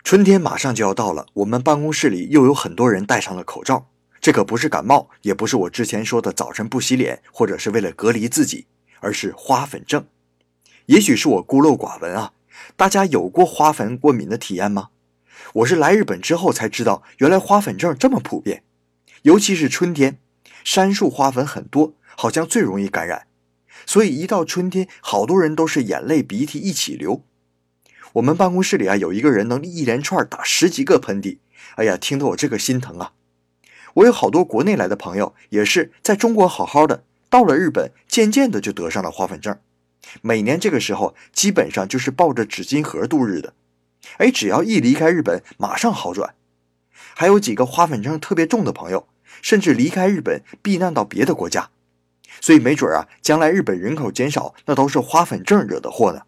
春天马上就要到了，我们办公室里又有很多人戴上了口罩。这可不是感冒，也不是我之前说的早晨不洗脸，或者是为了隔离自己，而是花粉症。也许是我孤陋寡闻啊，大家有过花粉过敏的体验吗？我是来日本之后才知道，原来花粉症这么普遍，尤其是春天，杉树花粉很多，好像最容易感染。所以一到春天，好多人都是眼泪鼻涕一起流。我们办公室里有一个人能一连串打10几个喷嚏，哎呀，听得我这个心疼啊！我有好多国内来的朋友，也是在中国好好的，到了日本，渐渐的就得上了花粉症。每年这个时候，基本上就是抱着纸巾盒度日的。只要一离开日本，马上好转。还有几个花粉症特别重的朋友，甚至离开日本避难到别的国家。所以没准将来日本人口减少，那都是花粉症惹的祸呢。